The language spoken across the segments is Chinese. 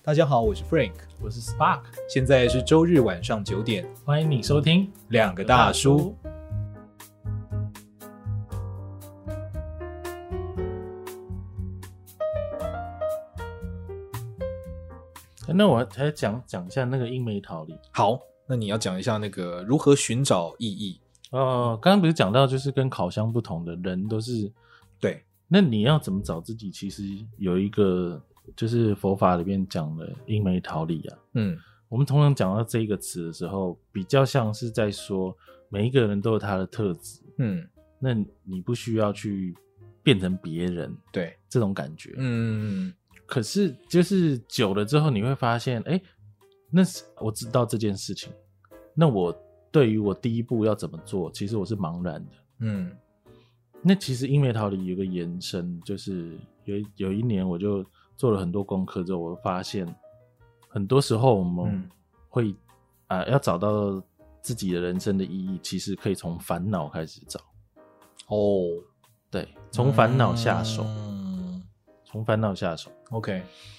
大家好，我是 Frank， 我是 Spark， 现在是周日晚上9点， 欢迎你收听两个大叔。 那我还讲一下那个英美逃离。 好，那你要讲一下那个如何寻找意义。 刚刚不是讲到就是跟烤箱不同的人都是对， 那你要怎么找自己？其实有一个就是佛法里面讲的英美逃离啊。我们通常讲到这个词的时候，比较像是在说每一个人都有他的特质。那你不需要去变成别人， 对， 这种感觉。可是就是久了之后，你会发现，那我知道这件事情，那我对于我第一步要怎么做，其实我是茫然的。那其实英美逃离有个延伸，就是有一年我就做了很多功课之后，我发现很多时候我们会要找到自己的人生的意义，其实可以从烦恼开始找。对，从烦恼下手。从烦恼下手 OK。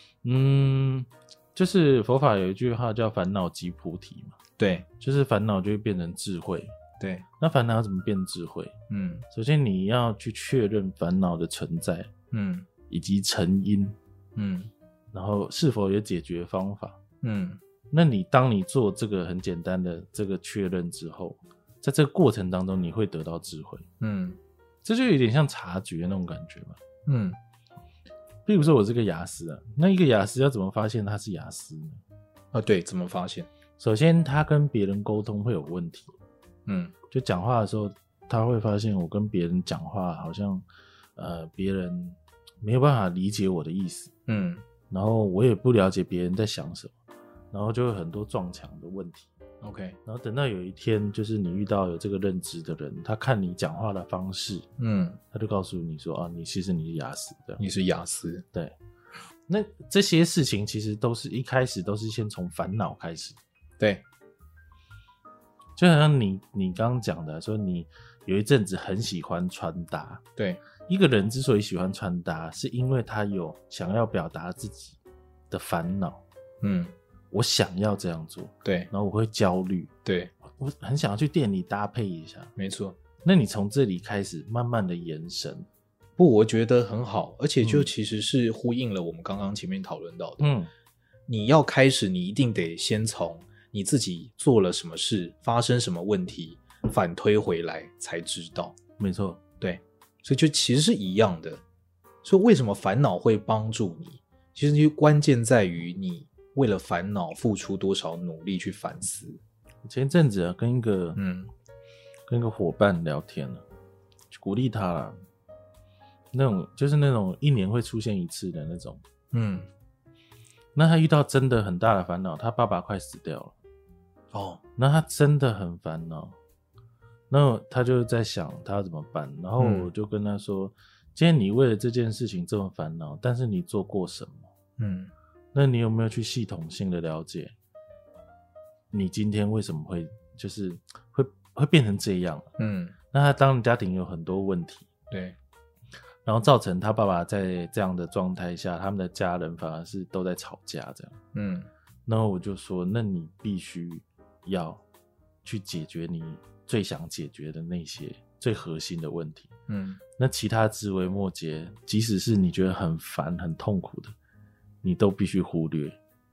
就是佛法有一句话叫烦恼即菩提嘛。 对， 就是烦恼就会变成智慧。 对， 那烦恼要怎么变智慧？首先你要去确认烦恼的存在，以及成因，然后是否有解决方法。那当你做这个很简单的这个确认之后，在这个过程当中你会得到智慧。这就有点像察觉那种感觉嘛。比如说我是个雅思啊，那一个雅思要怎么发现他是雅思呢？ 对，怎么发现？ 首先他跟别人沟通会有问题。就讲话的时候他会发现我跟别人讲话好像别人没有办法理解我的意思。然后我也不了解别人在想什么，然后就会很多撞墙的问题。 OK。 然后等到有一天就是你遇到有这个认知的人，他看你讲话的方式，他就告诉你说其实你是雅思的， 你是雅思。 对，那这些事情其实都是一开始都是先从烦恼开始。 对， 就好像你刚刚讲的说你有一阵子很喜欢穿搭。 对， 一个人之所以喜欢穿搭，是因为他有想要表达自己的烦恼。我想要这样做， 对， 然后我会焦虑， 对， 我很想要去店里搭配一下。 没错。 那你从这里开始慢慢的延伸。 我觉得很好，而且就其实是呼应了我们刚刚前面讨论到的。你要开始，你一定得先从你自己做了什么事，发生什么问题，反推回来才知道。 没错， 对，所以就其实是一样的。所以为什么烦恼会帮助你？其实就关键在于你为了烦恼付出多少努力去反思。 前一阵子跟一个伙伴聊天去鼓励他啦，就是那种一年会出现一次的那种。那他遇到真的很大的烦恼，他爸爸快死掉了。那他真的很烦恼，那他就在想他要怎么办。然后我就跟他说，今天你为了这件事情这么烦恼，但是你做过什么？那你有没有去系统性的了解你今天为什么会就是会变成这样？那他当然家庭有很多问题， 对， 然后造成他爸爸在这样的状态下，他们的家人反而是都在吵架这样。然后我就说，那你必须要去解决你最想解决的那些最核心的问题。那其他枝微末节，即使是你觉得很烦很痛苦的，你都必须忽略。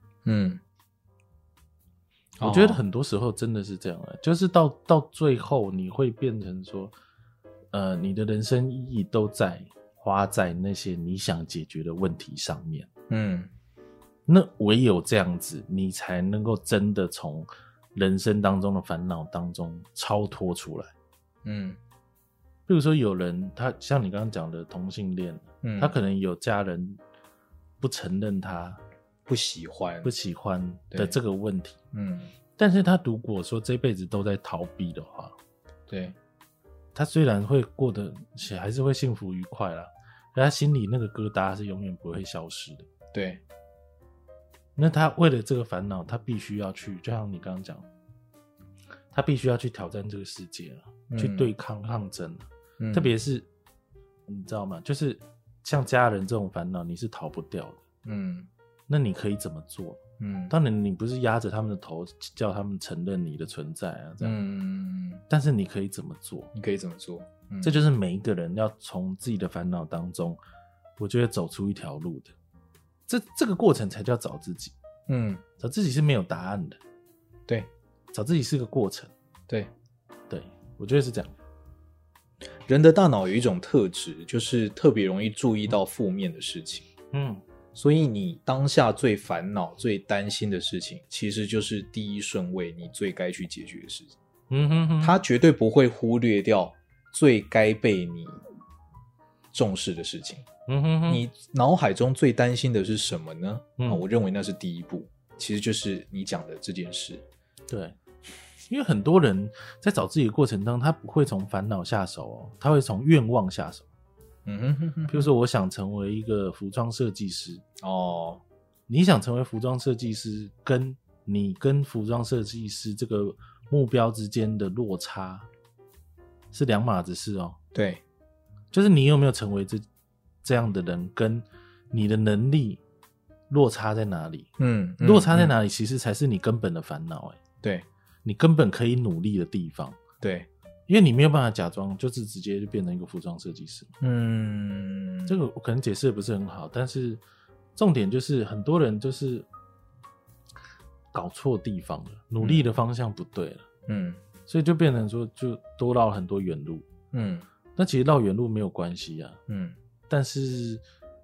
我觉得很多时候真的是这样的，就是到最后你会变成说你的人生意义都花在那些你想解决的问题上面。那唯有这样子你才能够真的从人生当中的烦恼当中超脱出来。比如说有人他像你刚刚讲的同性恋，他可能有家人不承认他不喜欢的这个问题。但是他如果说这辈子都在逃避的话， 对， 他虽然会过得还是会幸福愉快啦，但他心里那个疙瘩是永远不会消失的。 对， 那他为了这个烦恼，他必须要去，就像你刚刚讲，他必须要去挑战这个世界了，去对抗抗争了。特别是你知道吗？就是像家人这种烦恼，你是逃不掉的。 那你可以怎么做？当然你不是压着他们的头叫他们承认你的存在啊，这样。但是你可以怎么做？ 你可以怎么做？ 这就是每一个人要从自己的烦恼当中，我觉得走出一条路的。这个过程才叫找自己。找自己是没有答案的。 对， 找自己是个过程。对，我觉得是这样。 人的大脑有一种特质，就是特别容易注意到负面的事情。所以你当下最烦恼、最担心的事情，其实就是第一顺位你最该去解决的事情。他绝对不会忽略掉最该被你重视的事情。你脑海中最担心的是什么呢？我认为那是第一步，其实就是你讲的这件事。 对，因为很多人在找自己的过程当中，他不会从烦恼下手他会从愿望下手。比如说我想成为一个服装设计师。你想成为服装设计师，跟你跟服装设计师这个目标之间的落差是两码子事。 对， 就是你有没有成为这样的人，跟你的能力落差在哪里？落差在哪里其实才是你根本的烦恼。 对， 你根本可以努力的地方。 对， 因为你没有办法假装就是直接就变成一个服装设计师。这个我可能解释的不是很好，但是重点就是很多人就是搞错地方了，努力的方向不对了。所以就变成说就多绕了很多远路。那其实绕远路没有关系啊。但是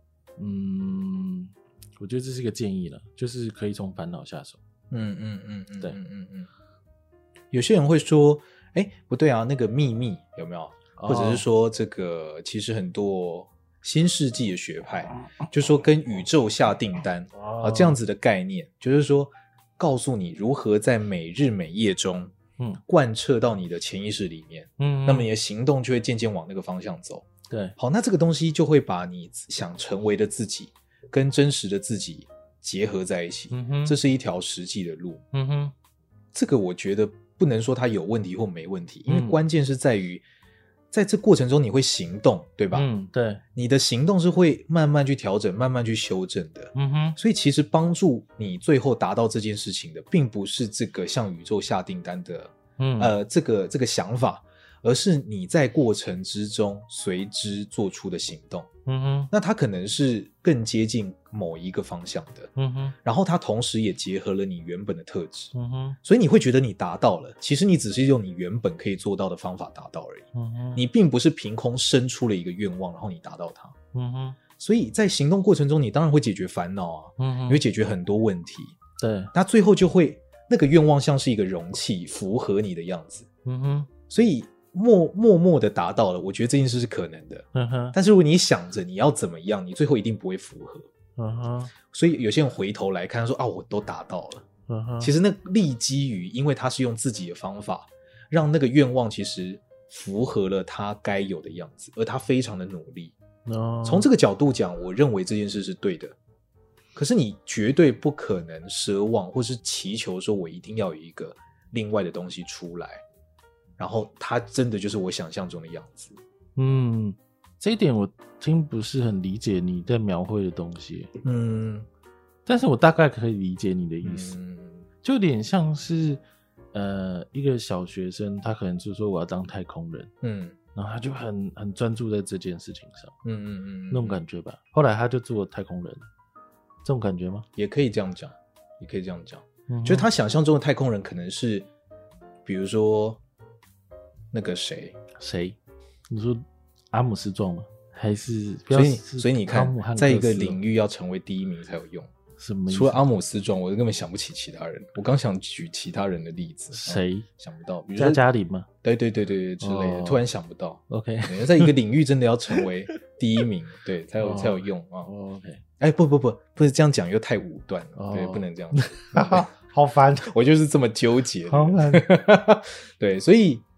我觉得这是一个建议了，就是可以从烦恼下手。对。 有些人会说不对啊，那个秘密有没有？或者是说这个其实很多新世纪的学派就说跟宇宙下订单这样子的概念，就是说告诉你如何在每日每夜中贯彻到你的潜意识里面。那么你的行动就会渐渐往那个方向走。 对， 好，那这个东西就会把你想成为的自己跟真实的自己结合在一起。这是一条实际的路。这个我觉得不能说它有问题或没问题，因为关键是在于在这过程中你会行动，对吧？ 对， 你的行动是会慢慢去调整，慢慢去修正的。所以其实帮助你最后达到这件事情的，并不是这个向宇宙下订单的这个想法，而是你在过程之中随之做出的行动。那它可能是更接近某一个方向的。然后它同时也结合了你原本的特质。所以你会觉得你达到了，其实你只是用你原本可以做到的方法达到而已。你并不是凭空生出了一个愿望然后你达到它。所以在行动过程中你当然会解决烦恼啊。你会解决很多问题。 对， 那最后就会那个愿望像是一个容器，符合你的样子。所以默默的达到了，我觉得这件事是可能的。但是如果你想着你要怎么样，你最后一定不会符合。所以有些人回头来看说我都达到了。其实那立基于因为他是用自己的方法让那个愿望其实符合了他该有的样子，而他非常的努力。从这个角度讲，我认为这件事是对的。可是你绝对不可能奢望或是祈求说我一定要有一个另外的东西出来，然后它真的就是我想象中的样子。 这一点我听不是很理解你在描绘的东西。但是我大概可以理解你的意思。就有点像是一个小学生，他可能就说我要当太空人。然后他就很专注在这件事情上。那种感觉吧。后来他就做太空人，这种感觉吗？ 也可以这样讲，就是他想象中的太空人可能是比如说那个谁， 你说阿姆斯壮吗？还是所以你看，在一个领域要成为第一名才有用。 什么意思？ 除了阿姆斯壮，我根本想不起其他人。我刚想举其他人的例子， 谁想不到？比如说家里吗？ 对之类的，突然想不到。 OK， 在一个领域真的要成为第一名，对，才有用啊。 OK， 不是这样讲又太武断了，对，不能这样讲。 好烦， 我就是这么纠结。 好烦。 对，所以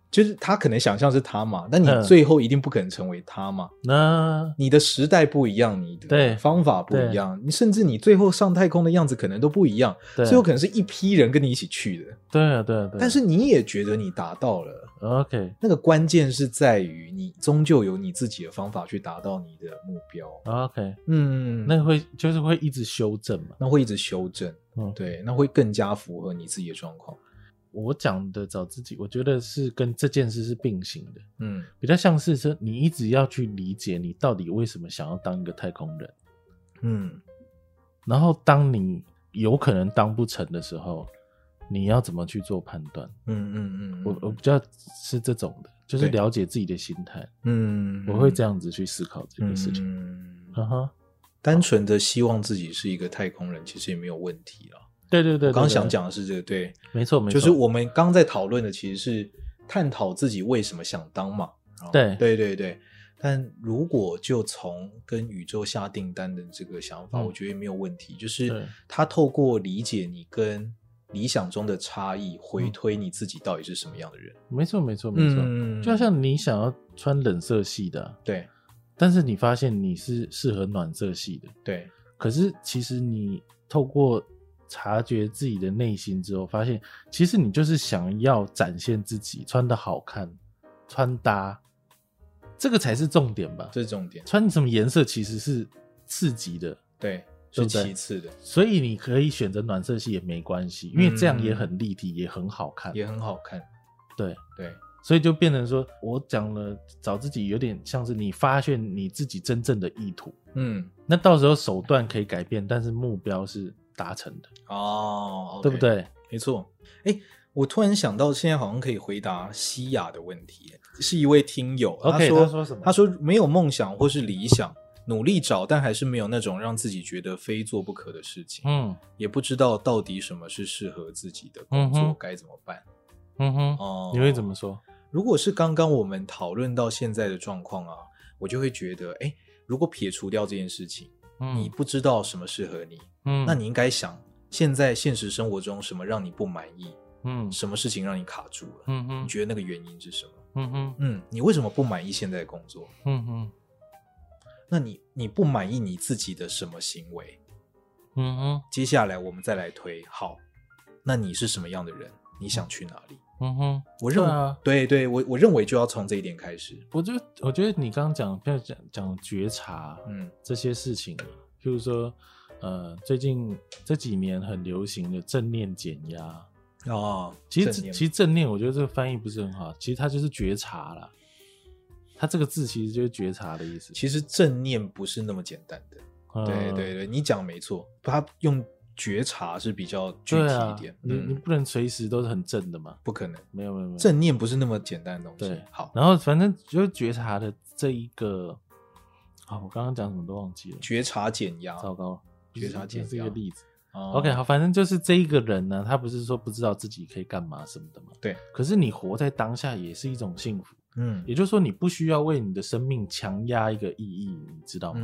就是他可能想象是他嘛，但你最后一定不可能成为他嘛。你的时代不一样，你的方法不一样，你甚至你最后上太空的样子可能都不一样，最后可能是一批人跟你一起去的。 对。 但是你也觉得你达到了。 OK， 那个关键是在于你终究有你自己的方法去达到你的目标。 OK， 那会就是会一直修正嘛？ 那会一直修正，对，那会更加符合你自己的状况。 我讲的找自己，我觉得是跟这件事是并行的，比较像是说你一直要去理解你到底为什么想要当一个太空人，然后当你有可能当不成的时候，你要怎么去做判断？我比较是这种的，就是了解自己的心态，我会这样子去思考这个事情， 单纯的希望自己是一个太空人，其实也没有问题啦。 对， 我刚想讲的是这个，对， 没错， 就是我们刚在讨论的其实是探讨自己为什么想当嘛。对，但如果就从跟宇宙下订单的这个想法，我觉得没有问题，就是他透过理解你跟理想中的差异，回推你自己到底是什么样的人。 没错，就像你想要穿冷色系的， 对， 但是你发现你是适合暖色系的， 对， 可是其实你透过察觉自己的内心之后，发现其实你就是想要展现自己，穿得好看，穿搭，这个才是重点吧？ 这是重点。 穿什么颜色其实是次级的， 对，是其次的。 所以你可以选择暖色系也没关系，因为这样也很立体，也很好看， 也很好看。 对，所以就变成说，我讲了找自己有点像是你发现你自己真正的意图，那到时候手段可以改变，但是目标是达成的哦， 对不对？ 没错。我突然想到，现在好像可以回答西雅的问题，是一位听友。 他说什么？ 他说没有梦想或是理想，努力找，但还是没有那种让自己觉得非做不可的事情。也不知道到底什么是适合自己的工作，该怎么办？ 你会怎么说？ 如果是刚刚我们讨论到现在的状况啊，我就会觉得，如果撇除掉这件事情，你不知道什么适合你，那你应该想，现在现实生活中什么让你不满意？什么事情让你卡住了？你觉得那个原因是什么？你为什么不满意现在的工作？那你不满意你自己的什么行为？接下来我们再来推，好，那你是什么样的人？你想去哪里？我认为，对，我认为就要从这一点开始。 我觉得你刚刚讲觉察，这些事情，譬如说，最近这几年很流行的正念减压其实正念，我觉得这个翻译不是很好，其实它就是觉察啦。它这个字其实就是觉察的意思。 其实正念不是那么简单的，对，你讲没错，它用觉察是比较具体一点。 你不能随时都是很正的嘛， 不可能， 没有， 正念不是那么简单的东西。 对， 好， 然后反正就是觉察的这一个，我刚刚讲什么都忘记了。 觉察减压， 糟糕， 觉察减压是一个例子。OK， 好，反正就是这一个人呢，他不是说不知道自己可以干嘛什么的嘛。 对， 可是你活在当下也是一种幸福。也就是说你不需要为你的生命强压一个意义，你知道吗？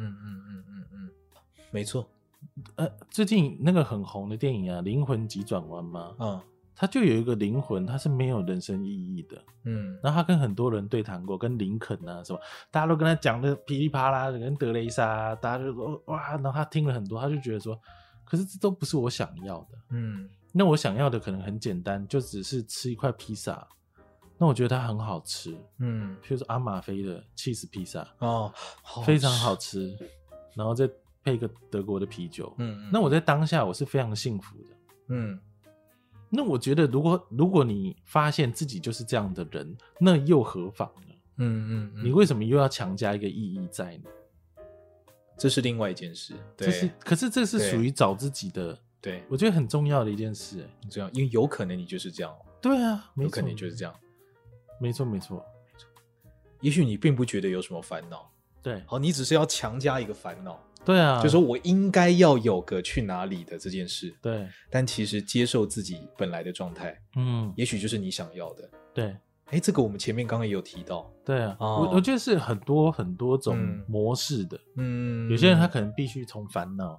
没错。 最近那个很红的电影啊，《灵魂急转弯》嘛，它就有一个灵魂，它是没有人生意义的。然后他跟很多人对谈过，跟林肯啊什么，大家都跟他讲的噼里啪啦，跟德雷莎，大家就说哇，然后他听了很多，他就觉得说，可是这都不是我想要的。那我想要的可能很简单，就只是吃一块披萨。那我觉得它很好吃，譬如说阿玛菲的 cheese 披萨，非常好吃，然后再配一个德国的啤酒，那我在当下我是非常幸福的，那我觉得如果你发现自己就是这样的人，那又何妨呢？你为什么又要强加一个意义在呢？ 这是另外一件事，对， 可是这是属于找自己的， 对， 我觉得很重要的一件事， 这样，因为有可能你就是这样， 对啊， 有可能你就是这样。 没错， 也许你并不觉得有什么烦恼， 对， 好，你只是要强加一个烦恼， 对啊， 就说我应该要有个去哪里的这件事， 对， 但其实接受自己本来的状态，也许就是你想要的， 对， 这个我们前面刚刚也有提到， 对啊，我觉得是很多种模式的，有些人他可能必须从烦恼，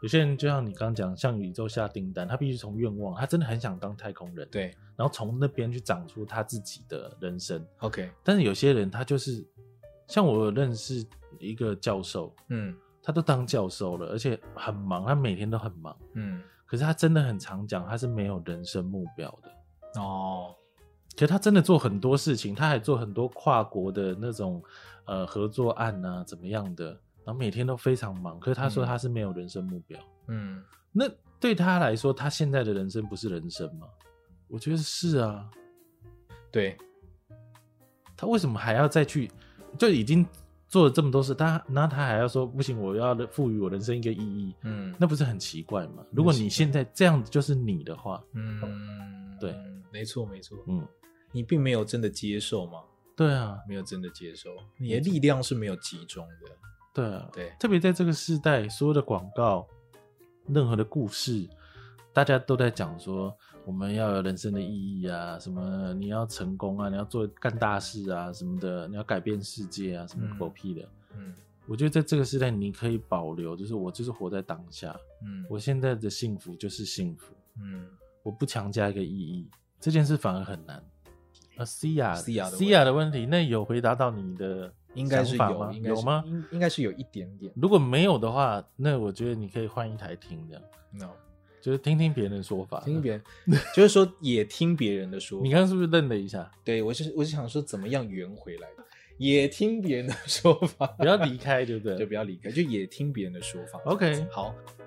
有些人就像你刚刚讲，向宇宙下订单，他必须从愿望，他真的很想当太空人， 对， 然后从那边去长出他自己的人生。 OK， 但是有些人他就是像我认识一个教授，他都当教授了，而且很忙，他每天都很忙，可是他真的很常讲，他是没有人生目标的哦。可是他真的做很多事情，他还做很多跨国的那种合作案啊，怎么样的，然后每天都非常忙。可是他说他是没有人生目标，那对他来说，他现在的人生不是人生吗？我觉得是啊， 对， 他为什么还要再去？就已经做了这么多事，那他还要说不行，我要赋予我人生一个意义，那不是很奇怪吗？如果你现在这样子就是你的话，对， 没错没错，你并没有真的接受吗？ 对啊， 没有真的接受，你的力量是没有集中的， 对啊， 对， 特别在这个时代，所有的广告，任何的故事，大家都在讲说我们要有人生的意义啊，什么你要成功啊，你要干大事啊什么的，你要改变世界啊什么狗屁的。我觉得在这个时代你可以保留，就是我就是活在当下，我现在的幸福就是幸福，我不强加一个意义，这件事反而很难。Cia 的问题，那有回答到你的想法吗？有吗？ 应该是有一点点。 如果没有的话，那我觉得你可以换一台听这样。 No， 就是听听别人的说法， 听别人，就是说也听别人的说法。 你刚刚是不是愣了一下？ 对，我是想说怎么样圆回来，也听别人的说法， 不要离开，对不对？ 就不要离开，就也听别人的说法。 OK， 好，